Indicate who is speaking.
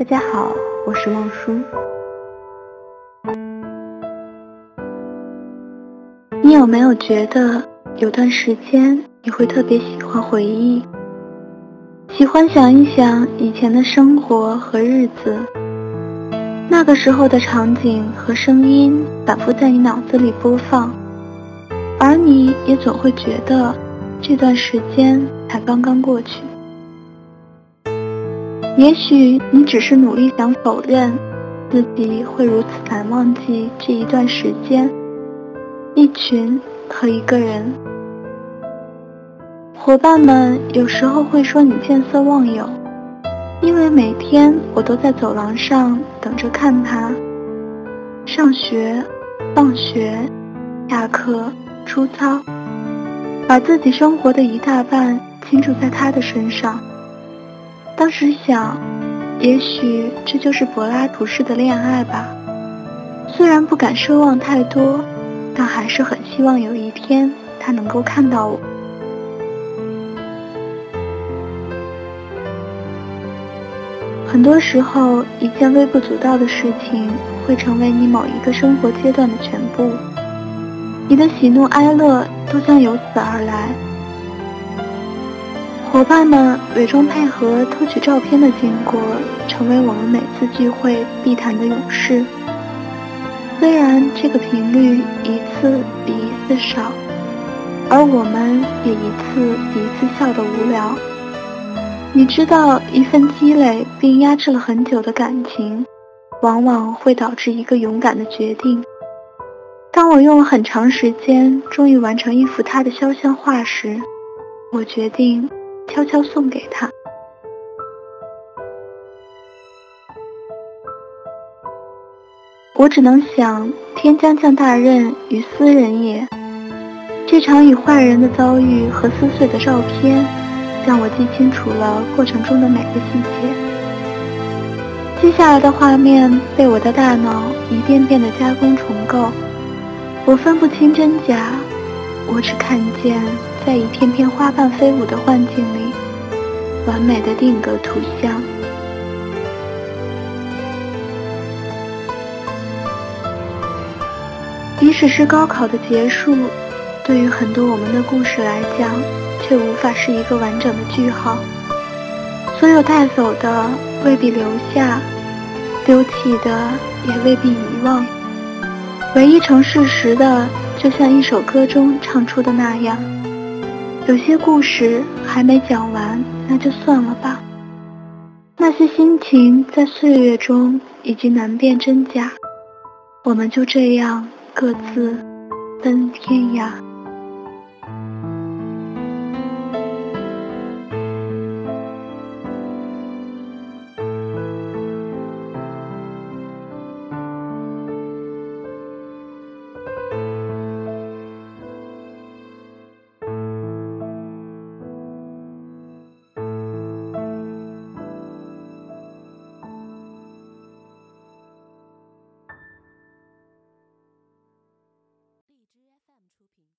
Speaker 1: 大家好，我是望舒。你有没有觉得有段时间你会特别喜欢回忆，喜欢想一想以前的生活和日子，那个时候的场景和声音反复在你脑子里播放，而你也总会觉得这段时间才刚刚过去。也许你只是努力想否认自己会如此难忘记这一段时间、一群和一个人。伙伴们有时候会说你见色忘友，因为每天我都在走廊上等着看他上学、放学、下课、出操，把自己生活的一大半倾注在他的身上。当时想，也许这就是柏拉图式的恋爱吧。虽然不敢奢望太多，但还是很希望有一天他能够看到我。很多时候，一件微不足道的事情会成为你某一个生活阶段的全部，你的喜怒哀乐都将由此而来。伙伴们伪装配合偷取照片的经过，成为我们每次聚会必谈的勇士。虽然这个频率一次比一次少，而我们也一次比一次笑得无聊。你知道，一份积累并压制了很久的感情，往往会导致一个勇敢的决定。当我用了很长时间，终于完成一幅他的肖像画时，我决定悄悄送给他。我只能想，天将降大任于斯人也。这场与坏人的遭遇和撕碎的照片，让我记清楚了过程中的每个细节。接下来的画面被我的大脑一遍遍地加工重构，我分不清真假，我只看见在一片片花瓣飞舞的幻境里，完美的定格图像。即使是高考的结束，对于很多我们的故事来讲，却无法是一个完整的句号。所有带走的未必留下，丢弃的也未必遗忘。唯一成事实的，就像一首歌中唱出的那样，有些故事还没讲完，那就算了吧。那些心情在岁月中已经难辨真假，我们就这样各自分天涯。